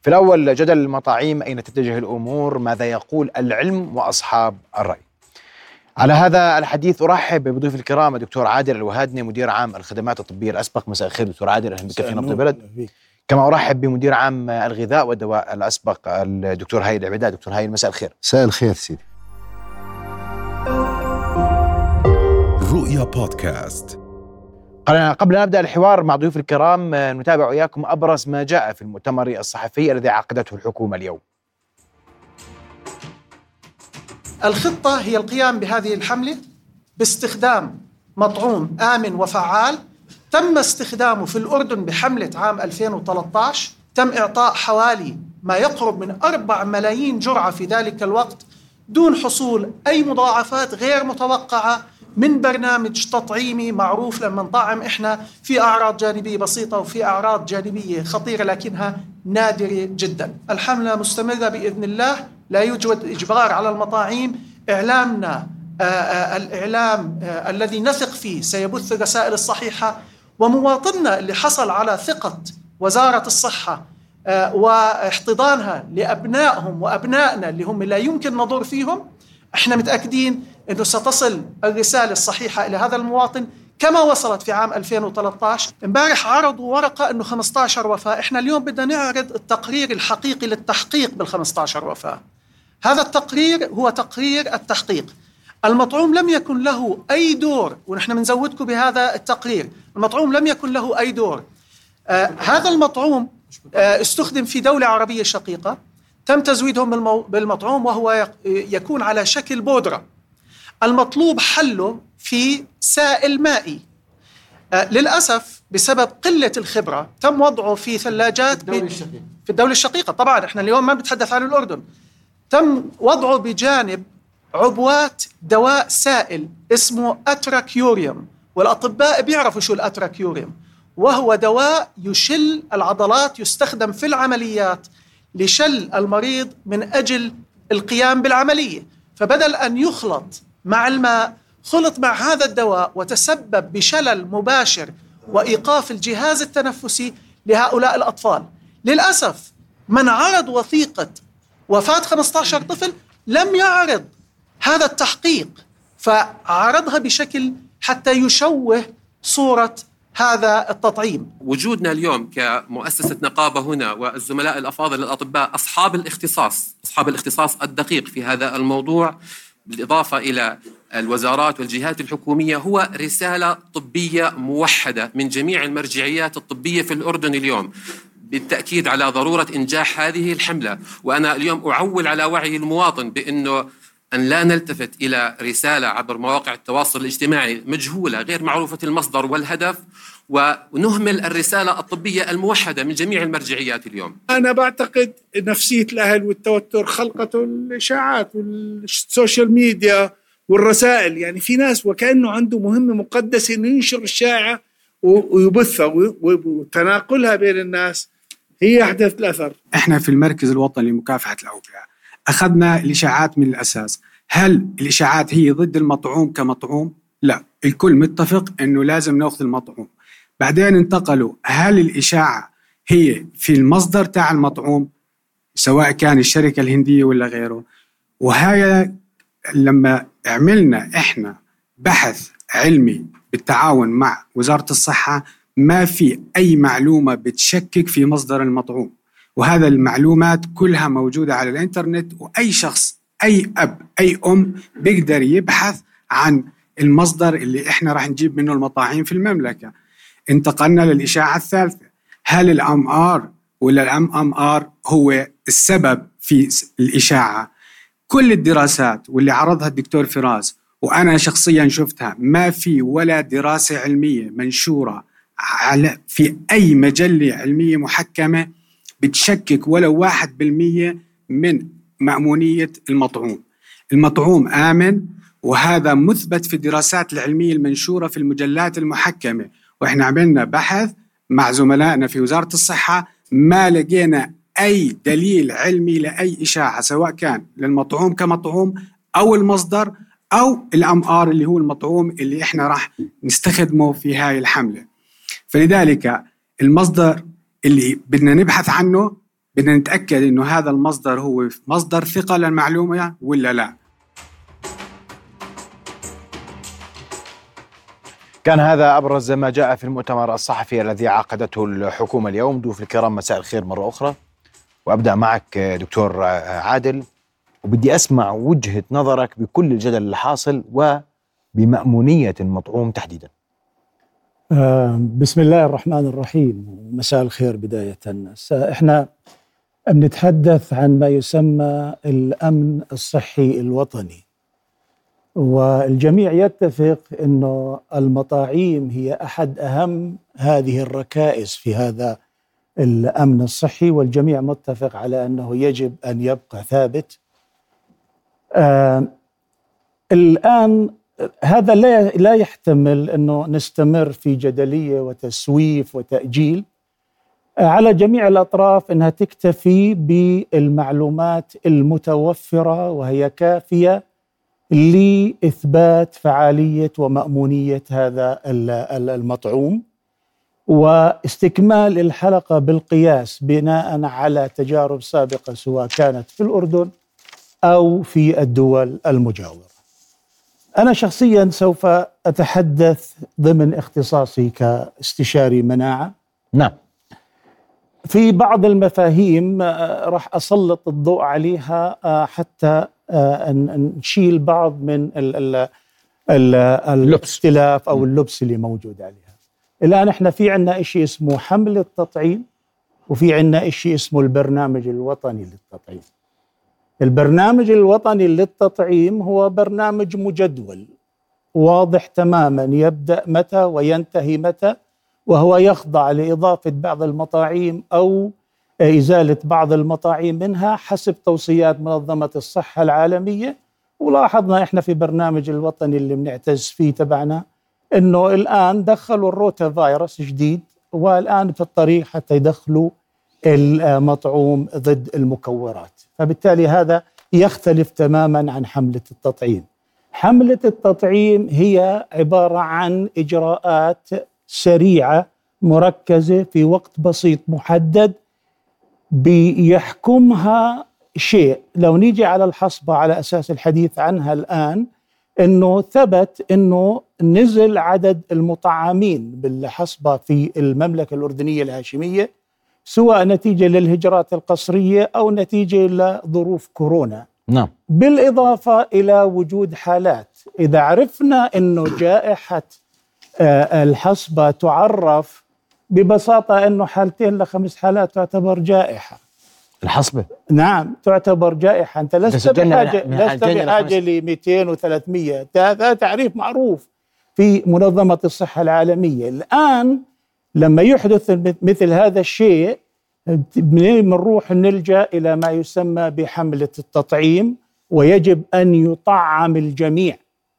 في الأول جدل المطاعيم، أين تتجه الأمور؟ ماذا يقول العلم وأصحاب الرأي؟ على هذا الحديث أرحب بضيوف الكرام الدكتور عادل الوهادني مدير عام الخدمات الطبية الأسبق. مساء الخير دكتور عادل، أهلا بك في نبض البلد. كما أرحب بمدير عام الغذاء والدواء الأسبق الدكتور هايل العبيدات. دكتور هايل مساء الخير. مساء الخير سيدي. رؤيا بودكاست. قبل أن نبدأ الحوار مع ضيوف الكرام نتابع وياكم أبرز ما جاء في المؤتمر الصحفي الذي عقدته الحكومة اليوم. الخطة هي القيام بهذه الحملة باستخدام مطعوم آمن وفعال تم استخدامه في الأردن بحملة عام 2013. تم إعطاء حوالي ما يقرب من 4 ملايين جرعة في ذلك الوقت دون حصول أي مضاعفات غير متوقعة من برنامج تطعيمي معروف. لما نطعم إحنا في أعراض جانبية بسيطة وفي أعراض جانبية خطيرة لكنها نادرة جدا. الحملة مستمرة بإذن الله، لا يوجد إجبار على المطاعيم. إعلامنا الإعلام الذي نثق فيه سيبث الرسائل الصحيحة، ومواطننا اللي حصل على ثقة وزارة الصحة واحتضانها لأبنائهم وأبنائنا اللي هم لا يمكن نضر فيهم، احنا متأكدين أنه ستصل الرسالة الصحيحة إلى هذا المواطن كما وصلت في عام 2013. امبارح عرضوا ورقة أنه 15 وفاة، احنا اليوم بدنا نعرض التقرير الحقيقي للتحقيق بال15 وفاة. هذا التقرير هو تقرير التحقيق. المطعوم لم يكن له أي دور، ونحن بنزودكم بهذا التقرير، المطعوم لم يكن له أي دور. هذا المطعوم استخدم في دولة عربية شقيقة، تم تزويدهم بالمطعوم وهو يكون على شكل بودرة. المطلوب حله في سائل مائي. للأسف بسبب قلة الخبرة تم وضعه في ثلاجات في الدولة الشقيقة. طبعا احنا اليوم ما بنتحدث عن الأردن. تم وضعه بجانب عبوات دواء سائل اسمه أتراكيوريوم، والأطباء بيعرفوا شو الأتراكيوريوم، وهو دواء يشل العضلات، يستخدم في العمليات لشل المريض من أجل القيام بالعملية. فبدل أن يخلط مع الماء خلط مع هذا الدواء وتسبب بشلل مباشر وإيقاف الجهاز التنفسي لهؤلاء الأطفال. للأسف من عرض وثيقة وفاة 15 طفل لم يعرض هذا التحقيق، فعرضها بشكل حتى يشوه صورة هذا التطعيم. وجودنا اليوم كمؤسسة نقابة هنا والزملاء الأفاضل الأطباء أصحاب الاختصاص الدقيق في هذا الموضوع، بالإضافة إلى الوزارات والجهات الحكومية، هو رسالة طبية موحدة من جميع المرجعيات الطبية في الأردن اليوم بالتأكيد على ضرورة إنجاح هذه الحملة. وأنا اليوم أعول على وعي المواطن بأنه أن لا نلتفت إلى رسالة عبر مواقع التواصل الاجتماعي مجهولة غير معروفة المصدر والهدف، ونهمل الرسالة الطبية الموحدة من جميع المرجعيات اليوم. أنا بعتقد نفسية الأهل والتوتر خلقته الإشاعات والسوشيال ميديا والرسائل. يعني في ناس وكأنه عنده مهمة مقدسة إنه ينشر الشائعة ويبثها وتناقلها بين الناس هي أحدث الأثر. إحنا في المركز الوطني لمكافحة الأوبئة أخذنا الإشاعات من الأساس. هل الإشاعات هي ضد المطعوم كمطعوم؟ لا، الكل متفق إنه لازم نأخذ المطعوم. بعدين انتقلوا، هل الإشاعة هي في المصدر تاع المطعوم سواء كان الشركة الهندية ولا غيره؟ وهاي لما عملنا إحنا بحث علمي بالتعاون مع وزارة الصحة ما في أي معلومة بتشكك في مصدر المطعوم، وهذا المعلومات كلها موجودة على الإنترنت، وأي شخص أي أب أي أم بيقدر يبحث عن المصدر اللي إحنا راح نجيب منه المطاعيم في المملكة. انتقلنا للإشاعة الثالثة، هل الأم-آر ولا الأم-آر هو السبب في الإشاعة؟ كل الدراسات واللي عرضها الدكتور فراس وأنا شخصيا شفتها، ما في ولا دراسة علمية منشورة في أي مجلة علمية محكمة بتشكك ولو 1% من مأمونية المطعوم. المطعوم آمن، وهذا مثبت في الدراسات العلمية المنشورة في المجلات المحكمة. وإحنا عملنا بحث مع زملائنا في وزارة الصحة، ما لقينا أي دليل علمي لأي إشاعة سواء كان للمطعوم كمطعوم أو المصدر أو الأم-آر اللي هو المطعوم اللي إحنا راح نستخدمه في هاي الحملة. فلذلك المصدر اللي بدنا نبحث عنه بدنا نتأكد إنه هذا المصدر هو مصدر ثقة للمعلومة ولا لا. كان هذا أبرز ما جاء في المؤتمر الصحفي الذي عقدته الحكومة اليوم. ضيوف الكرام مساء الخير مرة أخرى، وأبدأ معك دكتور عادل، وبدي أسمع وجهة نظرك بكل الجدل اللي حاصل وبمأمونية المطعوم تحديدا. بسم الله الرحمن الرحيم، مساء الخير بداية. احنا بنتحدث عن ما يسمى الأمن الصحي الوطني، والجميع يتفق أنه المطاعيم هي أحد أهم هذه الركائز في هذا الأمن الصحي، والجميع متفق على أنه يجب أن يبقى ثابت. الآن هذا لا يحتمل أنه نستمر في جدلية وتسويف وتأجيل على جميع الأطراف، أنها تكتفي بالمعلومات المتوفرة وهي كافية لإثبات فعالية ومأمونية هذا المطعوم، واستكمال الحلقة بالقياس بناء على تجارب سابقة سواء كانت في الأردن أو في الدول المجاورة. أنا شخصيا سوف أتحدث ضمن اختصاصي كاستشاري مناعة. نعم. في بعض المفاهيم راح أسلط الضوء عليها حتى نشيل بعض من الاختلاف أو اللبس اللي موجود عليها. الآن احنا في عنا إشي اسمه حملة التطعيم، وفي عنا إشي اسمه البرنامج الوطني للتطعيم. البرنامج الوطني للتطعيم هو برنامج مجدول واضح تماما، يبدأ متى وينتهي متى، وهو يخضع لإضافة بعض المطاعيم أو إزالة بعض المطاعيم منها حسب توصيات منظمة الصحة العالمية. ولاحظنا إحنا في برنامج الوطني اللي بنعتز فيه تبعنا إنه الآن دخلوا الروتا فيروس جديد، والآن في الطريق حتى يدخلوا المطعوم ضد المكورات، فبالتالي هذا يختلف تماما عن حملة التطعيم. حملة التطعيم هي عبارة عن إجراءات سريعة مركزة في وقت بسيط محدد بيحكمها شيء. لو نيجي على الحصبة على أساس الحديث عنها الآن، إنه ثبت إنه نزل عدد المطعمين بالحصبة في المملكة الأردنية الهاشمية، سواء نتيجة للهجرات القسرية أو نتيجة لظروف كورونا. نعم. بالإضافة إلى وجود حالات، إذا عرفنا إنه جائحة الحصبة تعرف ببساطة إنه 2 ل5 حالات تعتبر جائحة. الحصبة نعم تعتبر جائحة. أنت لست بحاجة ل 200 و300، هذا تعريف معروف في منظمة الصحة العالمية. الآن لما يحدث مثل هذا الشيء بنروح نلجأ إلى ما يسمى بحملة التطعيم، ويجب أن يطعم الجميع.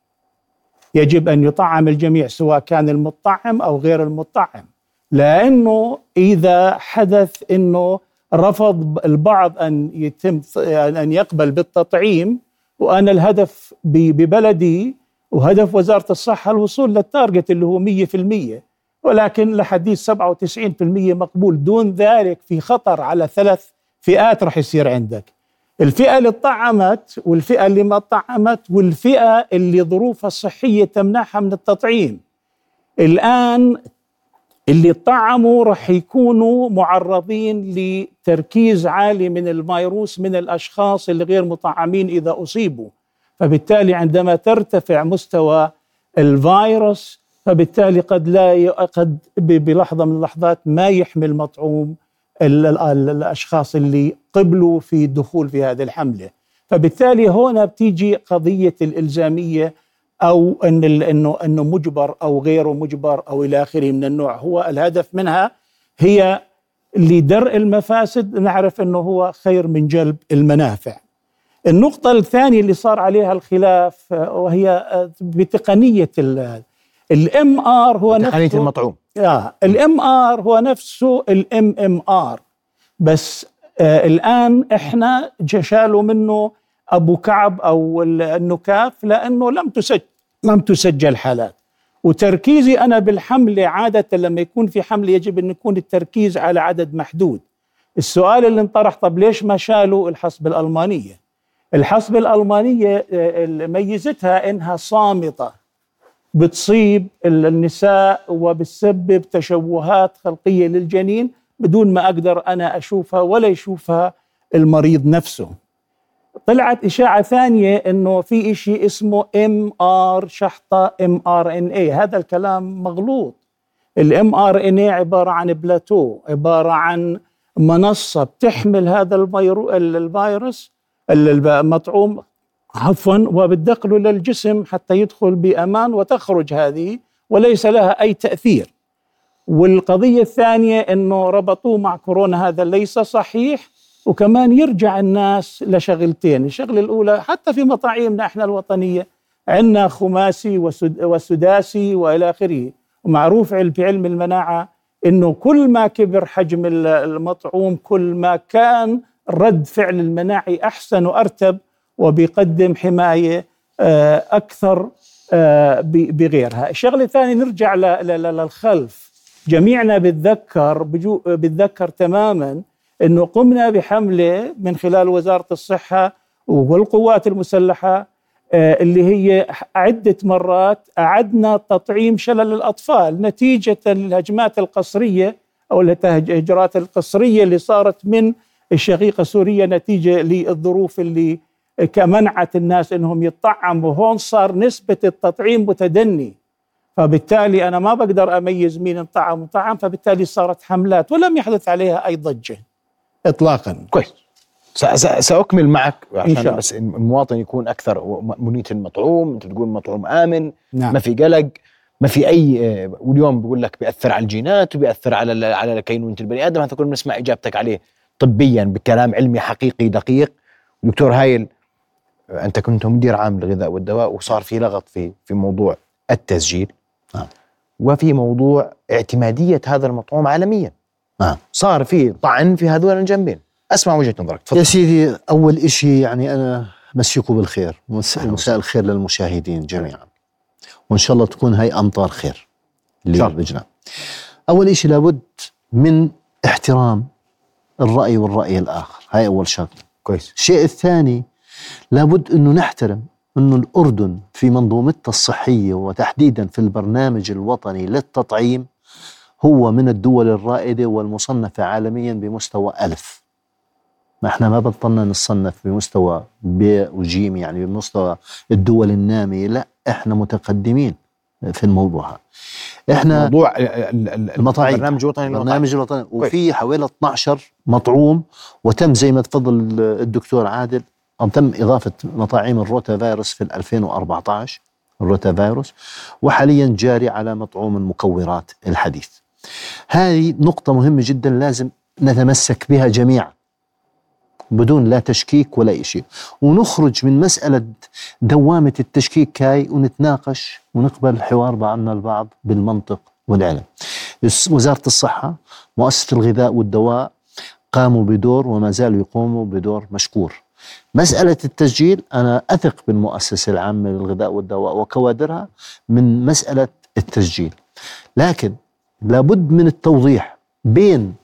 يجب أن يطعم الجميع سواء كان المطعم أو غير المطعم، لأنه إذا حدث أنه رفض البعض أن يقبل بالتطعيم، وأنا الهدف ببلدي وهدف وزارة الصحة الوصول للتارجت اللي هو 100%، ولكن لحديث 97% مقبول، دون ذلك في خطر على 3 فئات رح يصير عندك: الفئة اللي طعمت، والفئة اللي ما طعمت، والفئة اللي ظروفها الصحية تمنعها من التطعيم. الآن اللي طعموا رح يكونوا معرضين لتركيز عالي من الفيروس من الأشخاص اللي غير مطعمين إذا أصيبوا، فبالتالي عندما ترتفع مستوى الفيروس فبالتالي قد بلحظة من اللحظات ما يحمل مطعوم الأشخاص اللي قبلوا في الدخول في هذه الحملة. فبالتالي هنا بتيجي قضية الإلزامية، أو أنه مجبر أو غير مجبر أو إلى آخره من النوع. هو الهدف منها هي لدرء المفاسد، نعرف أنه هو خير من جلب المنافع. النقطة الثانية اللي صار عليها الخلاف وهي بتقنية الMR هو نفسه تقنية المطعوم. الMR هو نفسه الMMR، بس الآن إحنا شالوا منه أبو كعب أو النكاف لأنه لم تسجل حالات. وتركيزي أنا بالحملة عادة لما يكون في حملة يجب أن يكون التركيز على عدد محدود، السؤال اللي انطرح، طب ليش ما شالوا الحصبة الألمانية؟ الحصبة الألمانية ميزتها إنها صامتة، بتصيب النساء وبتسبب تشوهات خلقية للجنين بدون ما أقدر أنا أشوفها ولا يشوفها المريض نفسه. طلعت إشاعة ثانية إنه في إشي اسمه MR شحطة mRNA. هذا الكلام مغلوط. mRNA عبارة عن بلاتو، عبارة عن منصة بتحمل هذا الفيروس المطعوم وبتدخله للجسم حتى يدخل بأمان وتخرج هذه، وليس لها أي تأثير. والقضية الثانية إنه ربطوه مع كورونا، هذا ليس صحيح. وكمان يرجع الناس لشغلتين، الشغلة الأولى حتى في مطاعيمنا إحنا الوطنية عندنا خماسي وسداسي وإلى آخره، ومعروف في علم المناعة إنه كل ما كبر حجم المطعوم كل ما كان رد فعل المناعي أحسن وأرتب وبيقدم حماية أكثر بغيرها. الشغلة الثانية نرجع للخلف. جميعنا بتذكر تماماً إنه قمنا بحملة من خلال وزارة الصحة والقوات المسلحة اللي هي عدة مرات أعدنا تطعيم شلل الأطفال نتيجة للهجمات القسرية أو الهجرات القسرية اللي صارت من الشقيقة سوريا نتيجة للظروف اللي منعت الناس إنهم يطعموا. هون صار نسبة التطعيم متدني، فبالتالي أنا ما بقدر أميز مين انطعم وطعم، فبالتالي صارت حملات ولم يحدث عليها أي ضجة إطلاقا. كويس، سأكمل معك عشان بس المواطن يكون أكثر منية المطعوم. أنت تقول مطعوم آمن، نعم. ما في قلق، ما في أي، واليوم بيقول لك بيأثر على الجينات وبيأثر على كينونة البني آدم. هذا كل بنسمع إجابتك عليه طبيا بكلام علمي حقيقي دقيق. دكتور هايل، أنت كنت مدير عام للغذاء والدواء، وصار في لغط في موضوع التسجيل وفي موضوع اعتمادية هذا المطعوم عالميا. صار في طعن في هذول الجنبين. أسمع وجهة نظرك. يا سيدي، أول إشي يعني أنا مسيكم بالخير ومساء الخير للمشاهدين جميعا، وإن شاء الله تكون هاي أمطار خير اللي بجنا. أول إشي لابد من احترام الرأي والرأي الآخر، هاي أول شغلة. كويس. الشيء الثاني لابد أنه نحترم أنه الأردن في منظومتها الصحية وتحديدا في البرنامج الوطني للتطعيم هو من الدول الرائدة والمصنفة عالميا بمستوى 1000. ما احنا ما بطلنا نصنف بمستوى ب وجيم، يعني بمستوى الدول النامية، لا احنا متقدمين في الموضوع. احنا موضوع المطاعيم، برنامج الوطني وفي حوالي 12 مطعوم، وتم زي ما تفضل الدكتور عادل تم إضافة مطاعيم الروتا فيروس في 2014 الروتا فيروس، وحاليا جاري على مطعوم المكورات الحديث. هذه نقطة مهمة جدا لازم نتمسك بها جميعا بدون لا تشكيك ولا شيء، ونخرج من مسألة دوامة التشكيك هاي ونتناقش ونقبل الحوار بعضنا البعض بالمنطق والعلم. وزارة الصحة، مؤسسة الغذاء والدواء قاموا بدور وما زالوا يقوموا بدور مشكور. مسألة التسجيل أنا أثق بالمؤسسة العامة للغذاء والدواء وكوادرها من مسألة التسجيل، لكن لابد من التوضيح بين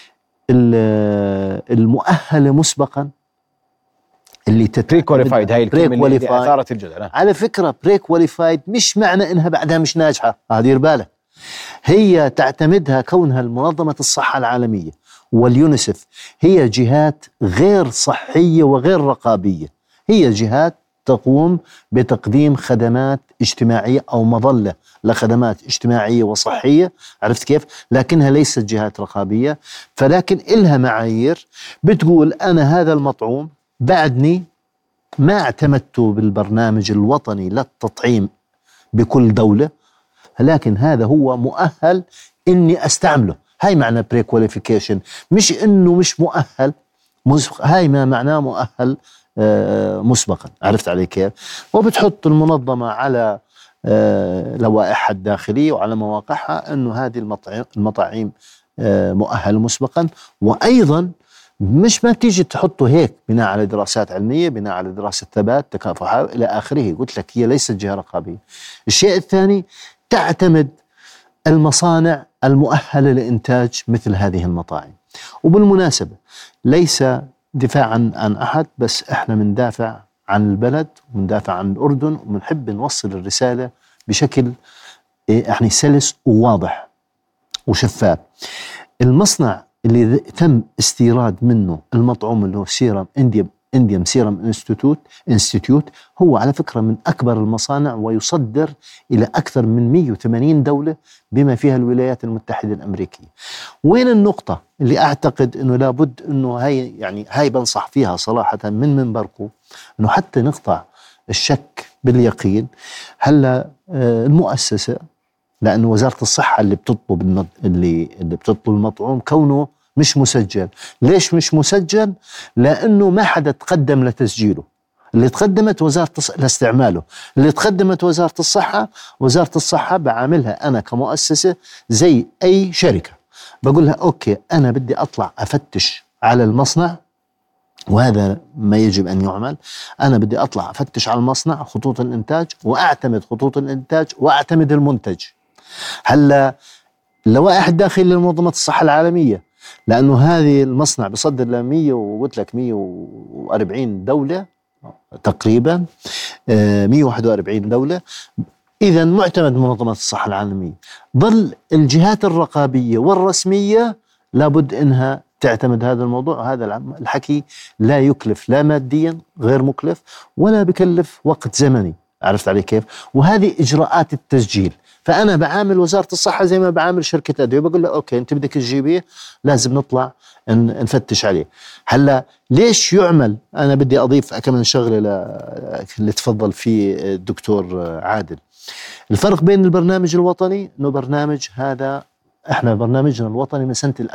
المؤهلة مسبقا اللي بري كواليفايد، هاي الكلمة اللي أثارت الجدل. على فكرة بري كواليفايد مش معنى إنها بعدها مش ناجحة، دير بالك، هي تعتمدها كونها المنظمة الصحة العالمية واليونيسف هي جهات غير صحية وغير رقابية، هي جهات تقوم بتقديم خدمات اجتماعية أو مظلة لخدمات اجتماعية وصحية، عرفت كيف؟ لكنها ليست جهات رقابية، فلكن إلها معايير بتقول أنا هذا المطعوم بعدني ما اعتمدته بالبرنامج الوطني للتطعيم بكل دولة، لكن هذا هو مؤهل إني أستعمله. هاي معنى بري كواليفيكيشن، مش إنه مش مؤهل هاي ما معناه مؤهل مسبقا، عرفت علي كيف؟ وبتحط المنظمة على لوائحها الداخلية وعلى مواقعها أنه هذه المطاعيم مؤهل مسبقا. وأيضا مش ما تيجي تحطه هيك بناء على دراسات علمية، بناء على دراسة ثبات تكافؤ إلى آخره، قلت لك هي ليست جهة رقابية. الشيء الثاني تعتمد المصانع المؤهلة لإنتاج مثل هذه المطاعم. وبالمناسبة ليس دفاعا عن أحد، بس إحنا مندافع عن البلد ومندافع عن الأردن، ومنحب نوصل الرسالة بشكل يعني سلس وواضح وشفاف. المصنع اللي تم استيراد منه المطعوم اللي هو سيرم انديم سيرم انستيتيوت هو على فكرة من أكبر المصانع، ويصدر إلى أكثر من 180 دولة بما فيها الولايات المتحدة الأمريكية. وين النقطة اللي أعتقد أنه لابد أنه هاي بنصح فيها صراحة من منبركم، أنه حتى نقطع الشك باليقين. هلا المؤسسة، لأنه وزارة الصحة اللي بتطلب اللي بتطلب المطعوم كونه مش مسجل. ليش مش مسجل؟ لأنه ما حدا تقدم لتسجيله. اللي تقدمت لاستعماله، اللي تقدمت وزارة الصحة بعاملها أنا كمؤسسة زي أي شركة، بقول لها أوكي أنا بدي أطلع أفتش على المصنع، وهذا ما يجب أن يعمل. أنا بدي أطلع أفتش على المصنع، خطوط الإنتاج، وأعتمد خطوط الإنتاج وأعتمد المنتج. هلا اللوائح الداخلية لمنظمة الصحة العالمية، لأنه هذه المصنع بصدر ل 140 دولة تقريبا، 141 دولة، إذا معتمد منظمة الصحة العالمية. ظل الجهات الرقابية والرسمية لابد إنها تعتمد هذا الموضوع، وهذا الحكي لا يكلف لا ماديا غير مكلف ولا بكلف وقت زمني. عرفت علي كيف؟ وهذه إجراءات التسجيل. فأنا بعامل وزارة الصحة زي ما بعامل شركة أدوية، بقول له أوكي أنت بدك تجيبيه، لازم نطلع نفتش عليه. هلا ليش يعمل؟ أنا بدي أضيف كمان شغلة اللي تفضل فيه الدكتور عادل. الفرق بين البرنامج الوطني إنه برنامج هذا، إحنا برنامجنا الوطني من سنة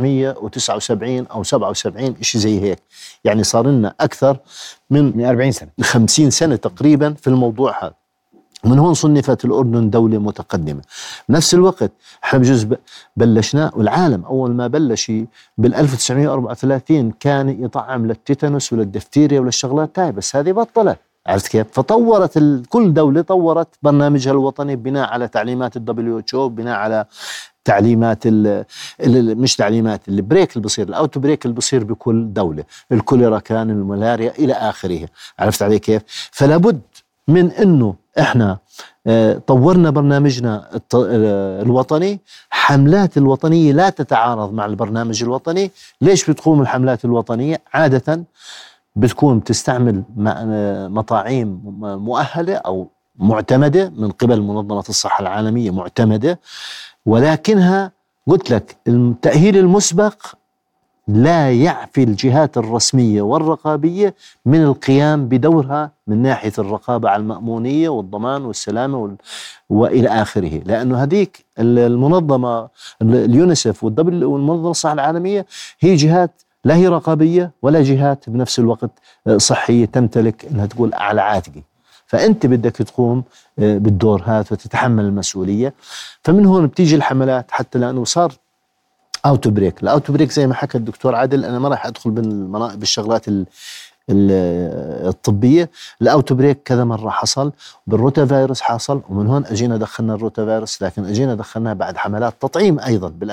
1979 أو 77 إشي زي هيك، يعني صار لنا أكثر من 40 سنة 50 سنة تقريبا في الموضوع هذا. من هون صنفت الأردن دولة متقدمة. بنفس الوقت احنا بجوز بلشنا، والعالم أول ما بلش بال1934 كان يطعم للتيتانوس وللدفتيريا وللشغلات هاي، بس هذه بطلت. عرفت كيف؟ فطورت كل دولة طورت برنامجها الوطني بناء على تعليمات WHO، بناء على تعليمات مش تعليمات البريك اللي بصير، الاوتو بريك اللي بصير بكل دولة، الكوليرا كان، الملاريا إلى آخره. عرفت علي كيف؟ فلا بد من إنه إحنا طورنا برنامجنا الوطني. حملات الوطنية لا تتعارض مع البرنامج الوطني. ليش بتقوم الحملات الوطنية؟ عادة بتكون تستعمل مطاعيم مؤهلة أو معتمدة من قبل منظمة الصحة العالمية، معتمدة، ولكنها قلت لك التأهيل المسبق لا يعفي الجهات الرسمية والرقابية من القيام بدورها من ناحية الرقابة على المأمونية والضمان والسلامة وإلى آخره. لأنه هذيك المنظمة اليونيسف والمنظمة الصحة العالمية هي جهات لا هي رقابية ولا جهات بنفس الوقت صحية تمتلك أنها تقول أعلى عاتقي. فأنت بدك تقوم بالدور هذا وتتحمل المسؤولية. فمن هون بتيجي الحملات، حتى لأنه صار اوتو بريك. الاوتو بريك زي ما حكى الدكتور عادل، انا ما راح ادخل بالشغلات الطبيه. الاوتو بريك كذا مره حصل، بالروتا فيروس حصل، ومن هون اجينا دخلنا الروتا فيروس، لكن اجينا دخلناه بعد حملات تطعيم ايضا بال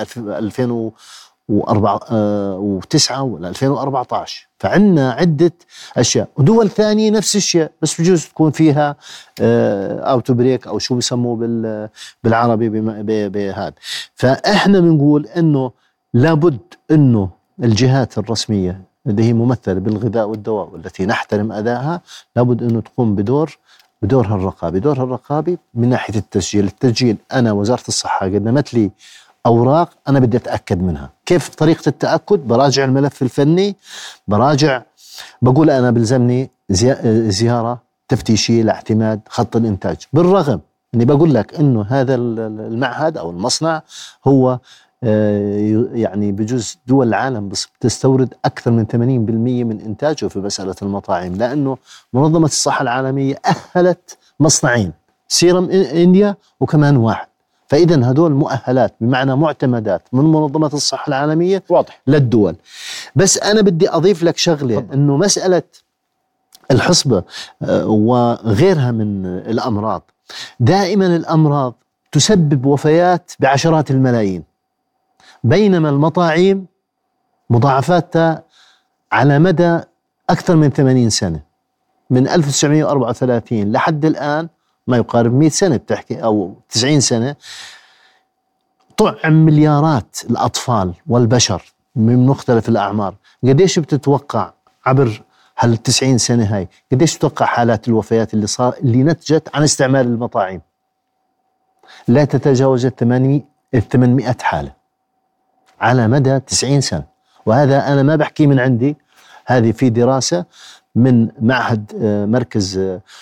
2009 ولا 2014. فعندنا عده اشياء، ودول ثانيه نفس الشيء، بس بجوز تكون فيها اوتو بريك او شو بسموه بالعربي بهذا. فاحنا بنقول انه لابد انه الجهات الرسميه اللي هي ممثله بالغذاء والدواء والتي نحترم ادائها لابد انه تقوم بدورها الرقابي. دورها الرقابي من ناحيه التسجيل انا وزاره الصحه قدمت لي أوراق أنا بدي أتأكد منها. كيف طريقة التأكد؟ براجع الملف الفني، بقول أنا بلزمني زيارة تفتيشية لاعتماد خط الإنتاج، بالرغم أني بقول لك أنه هذا المعهد أو المصنع هو يعني بجوز دول العالم بتستورد أكثر من 80% من إنتاجه في مسألة المطاعم، لأنه منظمة الصحة العالمية أهلت مصنعين، سيرم إنديا وكمان واحد. فإذا هدول مؤهلات بمعنى معتمدات من منظمة الصحة العالمية واضح للدول. بس أنا بدي أضيف لك شغلة، إنه مسألة الحصبة وغيرها من الأمراض، دائما الأمراض تسبب وفيات بعشرات الملايين، بينما المطاعيم مضاعفاتها على مدى أكثر من 80 سنة، من 1934 لحد الآن ما يقارب 100 سنة بتحكي أو 90 سنة، طعم مليارات الأطفال والبشر من مختلف الأعمار. قديش بتتوقع عبر هال 90 سنة هاي، قديش تتوقع حالات الوفيات اللي نتجت عن استعمال المطاعم؟ لا تتجاوز 800 حالة على مدى 90 سنة. وهذا أنا ما بحكي من عندي، هذه في دراسة من معهد مركز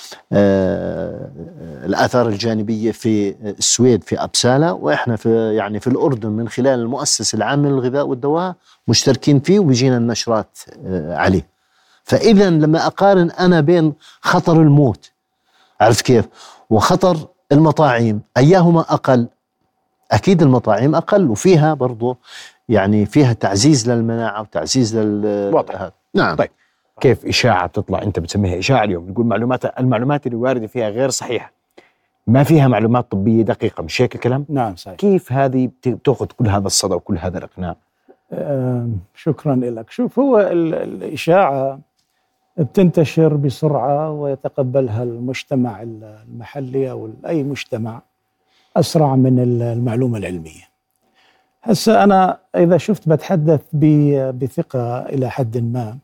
الآثار الجانبية في السويد في أبسالا، وإحنا في الأردن من خلال المؤسسة العامة للغذاء والدواء مشتركين فيه وبيجينا النشرات عليه. فإذا لما أقارن أنا بين خطر الموت، عرف كيف، وخطر المطاعم، أيهما أقل؟ أكيد المطاعم أقل، وفيها برضو يعني فيها تعزيز للمناعة وتعزيز واضح. نعم. طيب كيف إشاعة تطلع أنت بتسميها إشاعة اليوم، نقول المعلومات اللي واردة فيها غير صحيحة، ما فيها معلومات طبية دقيقة، مش هيك الكلام؟ نعم صحيح. كيف هذه بتأخذ كل هذا الصدى وكل هذا الإقناع؟ شكرا لك. شوف، هو الإشاعة بتنتشر بسرعة ويتقبلها المجتمع المحلي أو أي مجتمع أسرع من المعلومة العلمية. هسه أنا إذا شفت بتحدث بثقة إلى حد ما،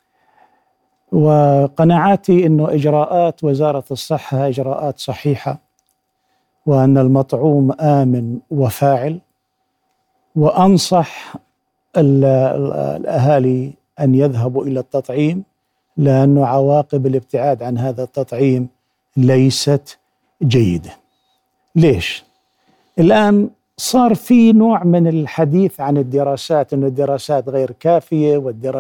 وقناعاتي إنه إجراءات وزارة الصحة إجراءات صحيحة، وأن المطعوم آمن وفاعل، وأنصح الأهالي أن يذهبوا إلى التطعيم، لأنه عواقب الابتعاد عن هذا التطعيم ليست جيدة. ليش؟ الآن صار في نوع من الحديث عن الدراسات، أن الدراسات غير كافية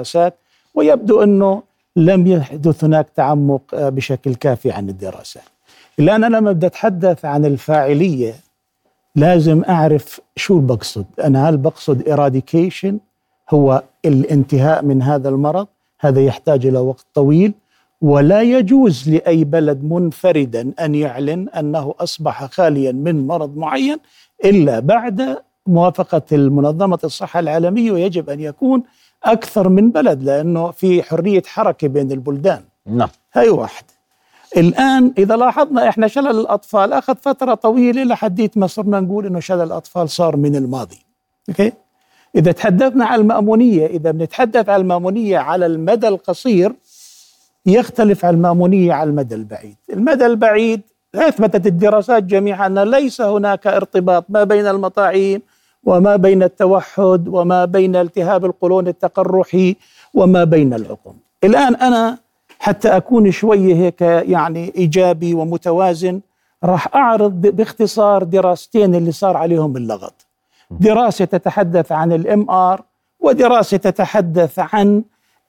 ويبدو أنه لم يحدث هناك تعمق بشكل كافي عن الدراسات. الآن أنا لما بدي أتحدث عن الفاعلية لازم أعرف شو بقصد. أنا هل بقصد eradication، هو الانتهاء من هذا المرض؟ هذا يحتاج إلى وقت طويل، ولا يجوز لأي بلد منفردا أن يعلن أنه أصبح خاليا من مرض معين إلا بعد موافقة المنظمة الصحة العالمية، ويجب أن يكون أكثر من بلد، لأنه في حرية حركة بين البلدان. نعم. هاي واحد. الآن إذا لاحظنا إحنا شلل الأطفال أخذ فترة طويلة لحديت ما صرنا نقول إنه شلل الأطفال صار من الماضي. أوكي؟ إذا تحدثنا عن المأمونية، إذا بنتحدث عن المأمونية على المدى القصير يختلف عن المأمونية على المدى البعيد. المدى البعيد أثبتت الدراسات جميعا أن ليس هناك ارتباط ما بين المطاعيم وما بين التوحد وما بين التهاب القولون التقرحي وما بين العقم. الآن أنا حتى أكون شوية هيك يعني إيجابي ومتوازن راح أعرض باختصار دراستين اللي صار عليهم اللغط. دراسة تتحدث عن الMR ودراسة تتحدث عن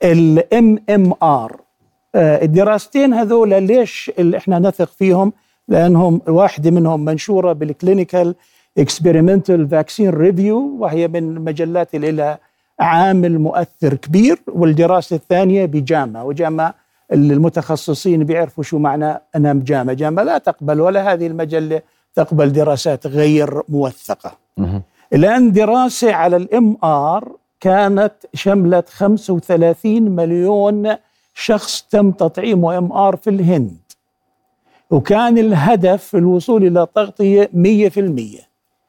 الMMR. الدراستين هذول ليش اللي احنا نثق فيهم؟ لأنهم واحدة منهم منشورة بالكلينيكال اكسبيرمنتال فاكسين ريفيو، وهي من مجلات اللي لها عامل مؤثر كبير، والدراسة الثانية بجامعة، وجامعة المتخصصين بيعرفوا شو معنى أنها جامعة لا تقبل، ولا هذه المجلة تقبل دراسات غير موثقة. الآن دراسة على الMR كانت شملت 35 مليون شخص تم تطعيمه MR في الهند، وكان الهدف الوصول إلى تغطية 100%.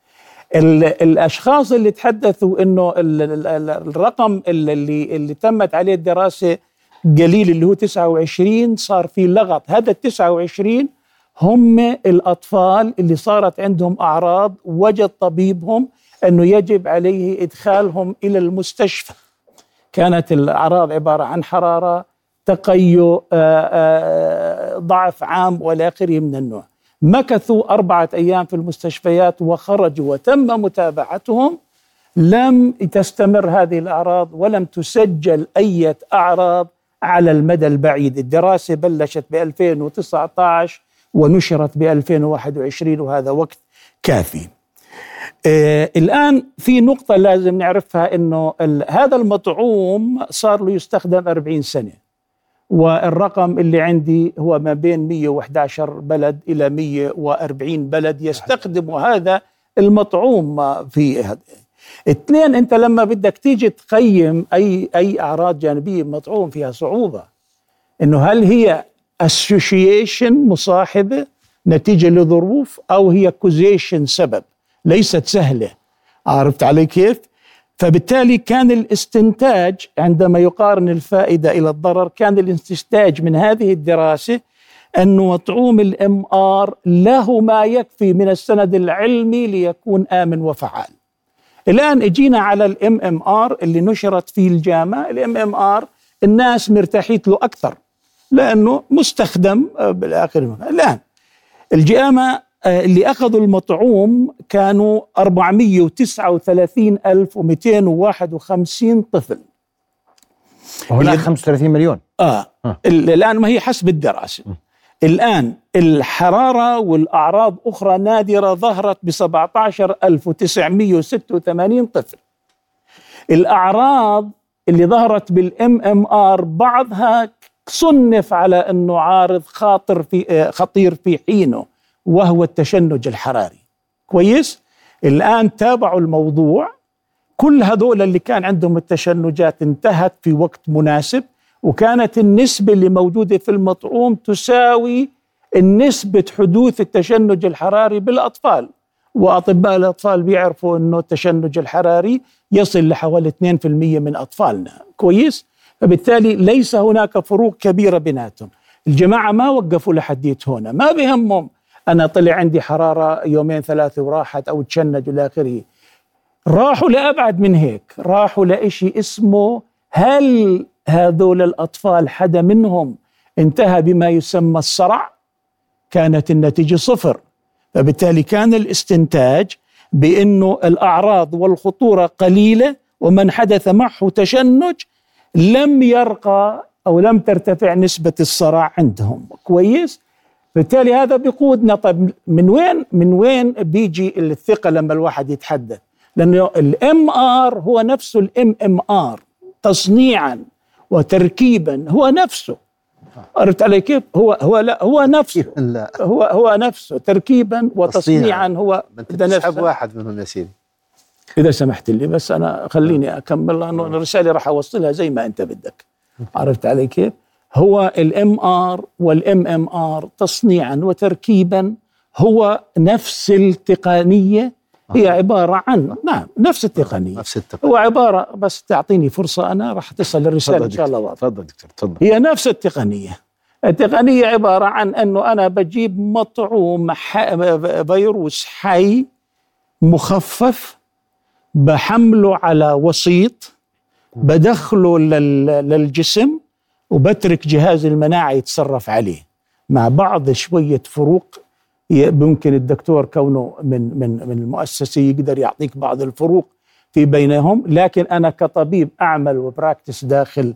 الأشخاص اللي تحدثوا إنه الرقم اللي تمت عليه الدراسة قليل اللي هو 29، صار في لغط. هذا 29 هم الأطفال اللي صارت عندهم أعراض وجد طبيبهم أنه يجب عليه إدخالهم إلى المستشفى. كانت الأعراض عبارة عن حرارة، تقيؤ، ضعف عام والى آخره من النوع. مكثوا 4 أيام في المستشفيات وخرجوا وتم متابعتهم، لم تستمر هذه الأعراض ولم تسجل أي أعراض على المدى البعيد. الدراسة بلشت ب2019 ونشرت ب2021، وهذا وقت كافي. الآن في نقطة لازم نعرفها، إنه هذا المطعوم صار له يستخدم 40 سنة، والرقم اللي عندي هو ما بين 111 بلد إلى 140 بلد يستخدم هذا المطعوم في هذا. اثنين، انت لما بدك تيجي تقيم اي اعراض جانبيه مطعوم فيها صعوبه، انه هل هي association مصاحبه نتيجه لظروف، او هي causation سبب، ليست سهله. عرفت علي كيف؟ فبالتالي كان الاستنتاج عندما يقارن الفائده الى الضرر، كان الاستنتاج من هذه الدراسه أن مطعوم الMR له ما يكفي من السند العلمي ليكون آمن وفعال. الآن اجينا على الMMR اللي نشرت في الجامعة. الMMR الناس مرتاحيت له أكثر لأنه مستخدم بالآخر. الآن الجامعة اللي أخذوا المطعوم كانوا 439,251 طفل. وهناك 35 مليون. الآن ما هي حسب الدراسة. الآن الحرارة والأعراض أخرى نادرة ظهرت ب17,986 طفل. الأعراض اللي ظهرت بالMMR بعضها صنف على أنه عارض خطير في حينه، وهو التشنج الحراري. كويس؟ الآن تابعوا الموضوع، كل هذول اللي كان عندهم التشنجات انتهت في وقت مناسب، وكانت النسبة اللي موجودة في المطعوم تساوي النسبة حدوث التشنج الحراري بالأطفال، وأطباء الأطفال بيعرفوا أنه التشنج الحراري يصل لحوالي 2% من أطفالنا. كويس؟ فبالتالي ليس هناك فروق كبيرة بيناتهم. الجماعة ما وقفوا لحديت هنا، ما بهمهم أنا طلع عندي حرارة يومين ثلاثة وراحت أو تشنج إلى آخره. راحوا لأبعد من هيك، راحوا لإشي اسمه هل هذول الأطفال حدا منهم انتهى بما يسمى الصرع؟ كانت النتيجة 0. فبالتالي كان الاستنتاج بأنه الأعراض والخطورة قليلة، ومن حدث معه تشنج لم يرقى أو لم ترتفع نسبة الصرع عندهم. كويس؟ بالتالي هذا بيقودنا، طيب من وين بيجي الثقة لما الواحد يتحدث؟ لأنه الMR هو نفسه الMMR تصنيعا وتركيبا، هو نفسه. عرفت علي كيف؟ هو نفسه. لا. هو نفسه تركيبا وتصنيعا. هو تسحب واحد منهم يا سيدي إذا سمحت لي، بس أنا خليني أكمل لأنه الرسالة راح أوصلها زي ما أنت بدك. عرفت علي كيف؟ هو الMR والMMR تصنيعا وتركيبا هو نفس التقنية، هي عبارة عن نفس التقنية. هو عبارة، بس تعطيني فرصة أنا راح تصل الرسالة إن شاء الله. تفضل دكتور، تفضل. هي نفس التقنية عبارة عن أنه أنا بجيب مطعوم فيروس حي مخفف، بحمله على وسيط، بدخله للجسم، وبترك جهاز المناعة يتصرف عليه مع بعض شوية فروق. ممكن الدكتور كونه من المؤسسة يقدر يعطيك بعض الفروق في بينهم، لكن أنا كطبيب أعمل وبراكتس داخل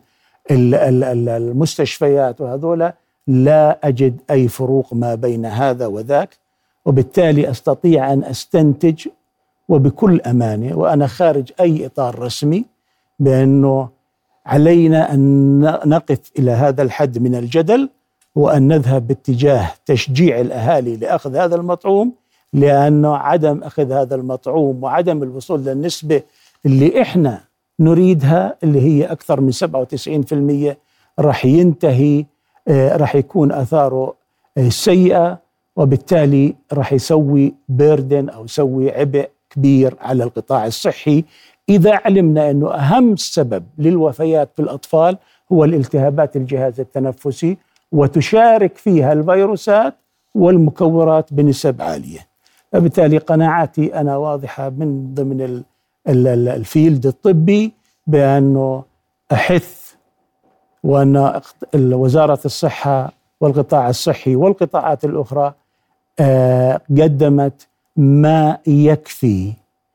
المستشفيات وهذولا لا أجد أي فروق ما بين هذا وذاك، وبالتالي أستطيع أن أستنتج وبكل أمانة وأنا خارج أي إطار رسمي بأنه علينا أن نقف إلى هذا الحد من الجدل، وأن نذهب باتجاه تشجيع الأهالي لأخذ هذا المطعوم، لأنه عدم أخذ هذا المطعوم وعدم الوصول للنسبة اللي إحنا نريدها اللي هي أكثر من 97% راح ينتهي، راح يكون أثاره سيئة، وبالتالي راح يسوي بيردن أو يسوي عبء كبير على القطاع الصحي. إذا علمنا أنه أهم سبب للوفيات في الأطفال هو الالتهابات الجهاز التنفسي، وتشارك فيها الفيروسات والمكورات بنسب عالية. فبالتالي قناعاتي أنا واضحة من ضمن الفيلد الطبي بأنه أحث، وأن وزارة الصحة والقطاع الصحي والقطاعات الأخرى قدمت ما يكفي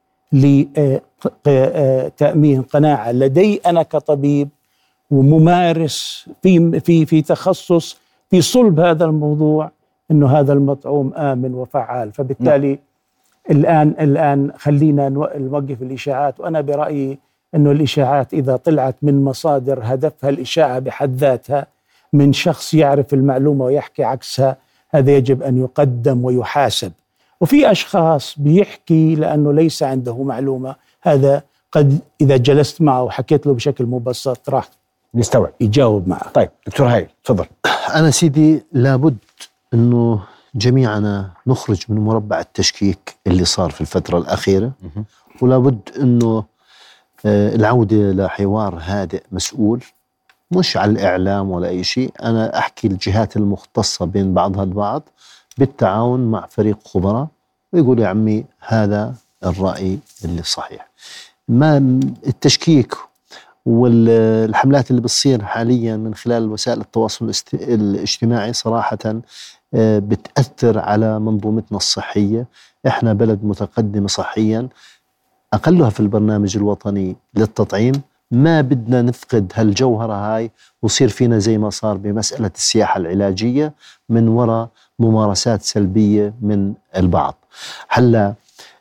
لتأمين قناعة لدي أنا كطبيب وممارس في تخصص في صلب هذا الموضوع، إنه هذا المطعوم آمن وفعال. فبالتالي الآن خلينا نوقف الإشاعات، وأنا برأيي إنه الإشاعات إذا طلعت من مصادر هدفها الإشاعة بحد ذاتها من شخص يعرف المعلومة ويحكي عكسها، هذا يجب أن يقدم ويحاسب. وفي أشخاص بيحكي لأنه ليس عنده معلومة، هذا قد إذا جلست معه وحكيت له بشكل مبسط راح يستوعب يجاوب معه. طيب دكتور هايل تفضل. أنا سيدي لابد أنه جميعنا نخرج من مربع التشكيك اللي صار في الفترة الأخيرة، ولابد أنه العودة لحوار هادئ مسؤول، مش على الإعلام ولا أي شيء. أنا أحكي الجهات المختصة بين بعضها البعض بالتعاون مع فريق خبراء، ويقول يا عمي هذا الرأي اللي صحيح. ما التشكيك والحملات اللي بتصير حاليا من خلال وسائل التواصل الاجتماعي صراحة بتأثر على منظومتنا الصحية. احنا بلد متقدم صحيا، أقلها في البرنامج الوطني للتطعيم. ما بدنا نفقد هالجوهرة هاي ويصير فينا زي ما صار بمسألة السياحة العلاجية من وراء ممارسات سلبية من البعض. هلا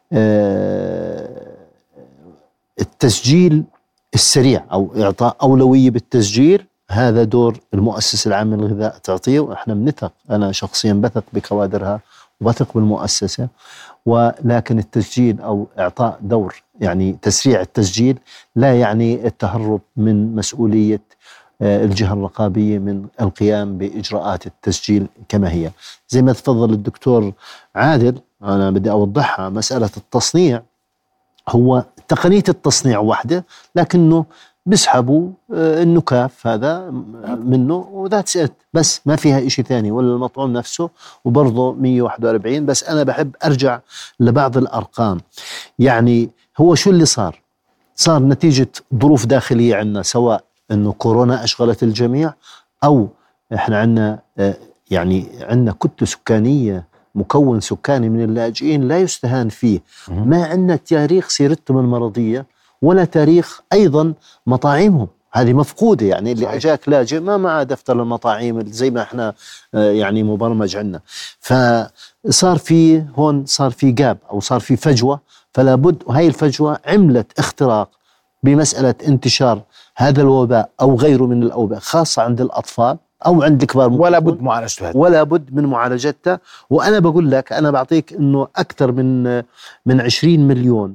التسجيل السريع أو إعطاء أولوية بالتسجيل، هذا دور المؤسسة العامة للغذاء تعطيه، وإحنا بنثق، أنا شخصيا بثق بكوادرها وبثق بالمؤسسة. ولكن التسجيل أو إعطاء دور يعني تسريع التسجيل لا يعني التهرب من مسؤولية الجهة الرقابية من القيام بإجراءات التسجيل كما هي. زي ما تفضل الدكتور عادل، أنا بدي أوضحها، مسألة التصنيع هو تقنية التصنيع واحدة، لكنه بيسحبوا النكاف هذا منه وذات سئت، بس ما فيها إشي ثاني، ولا المطعوم نفسه وبرضه 141. بس أنا بحب أرجع لبعض الأرقام. يعني هو شو اللي صار نتيجة ظروف داخلية عندنا، سواء أنه كورونا أشغلت الجميع، أو إحنا عندنا يعني عندنا كتلة سكانية، مكون سكاني من اللاجئين لا يستهان فيه. ما عندنا تاريخ سيرتهم المرضية ولا تاريخ أيضا مطاعمهم، هذه مفقودة. يعني اللي أجاك لاجئ ما معه دفتر المطاعم زي ما احنا يعني مبرمج عنا. فصار في هون صار في جاب أو صار في فجوة، فلا بد، وهي الفجوة عملت اختراق بمسألة انتشار هذا الوباء أو غيره من الأوباء، خاصة عند الأطفال أو عند الكبار، ولا بد معالجتها، ولا بد من معالجتها. وأنا بقول لك، أنا بعطيك إنه أكثر من 20 مليون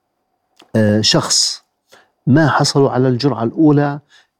شخص ما حصلوا على الجرعة الأولى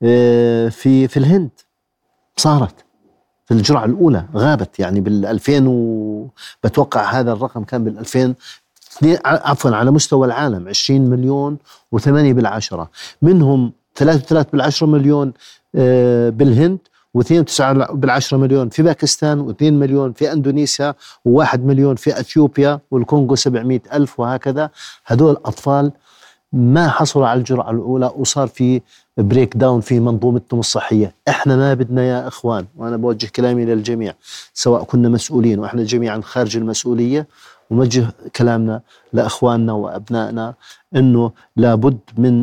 في الهند. صارت في الجرعة الأولى غابت يعني بال2000 بتوقع هذا الرقم كان بال2000 عفوا على مستوى العالم 20 مليون و8/10، منهم 3.3 مليون بالهند، و2.9 مليون في باكستان، و2 مليون في أندونيسيا، و1 مليون في أثيوبيا والكونغو 700,000 وهكذا. هدول الأطفال ما حصلوا على الجرعة الأولى وصار في بريك داون في منظومتهم الصحية. احنا ما بدنا يا إخوان، وأنا بوجه كلامي للجميع سواء كنا مسؤولين وإحنا جميعا خارج المسؤولية، ونوجه كلامنا لإخواننا وأبنائنا إنه لابد من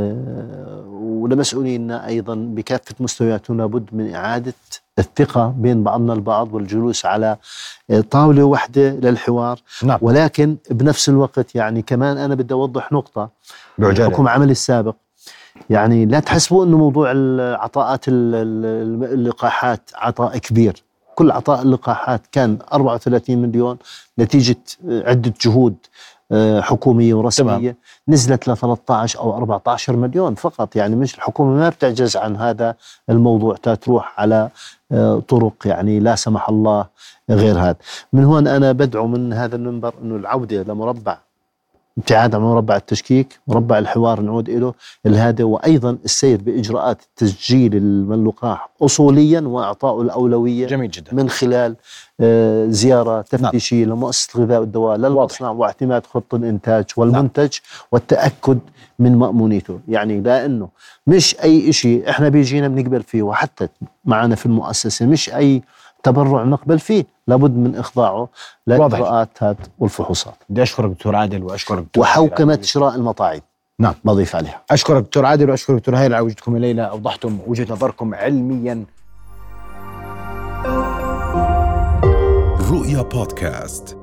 ولمسؤولينا أيضا بكافة مستوياتهم لابد من إعادة الثقة بين بعضنا البعض والجلوس على طاولة واحدة للحوار. نعم. ولكن بنفس الوقت يعني كمان أنا بدي أوضح نقطة بحكم عملي السابق. يعني لا تحسبوا إنه موضوع العطاءات اللقاحات عطاء كبير. كل عطاء اللقاحات كان 34 مليون نتيجة عدة جهود حكومية ورسمية. تمام. نزلت ل 13 أو 14 مليون فقط. يعني مش الحكومة ما بتعجز عن هذا الموضوع تروح على طرق يعني لا سمح الله غير هذا. من هون أنا بدعو من هذا المنبر أنه العودة لمربع ابتعاد عن مربع التشكيك، مربع الحوار نعود إله الهادئ، وأيضا السير بإجراءات تسجيل اللقاح أصوليا وإعطاء الأولوية. جميل جدا. من خلال زيارة تفتيشية لمؤسسة الغذاء والدواء للمصنع، واعتماد خط الإنتاج والمنتج والتأكد من مأمونيته. يعني لأنه مش أي إشي إحنا بيجينا بنقبل فيه، وحتى معنا في المؤسسة مش أي تبرع نقبل فيه، لابد من إخضاعه لإجراءات والفحوصات. بدي أشكرك دكتور عادل وأشكرك وحوكمة شراء المطاعم. نعم بضيف عليها. أشكرك دكتور عادل وأشكرك دكتور هايل على وجودكم الليلة، أوضحتم وجهة نظركم علميا. رؤيا بودكاست.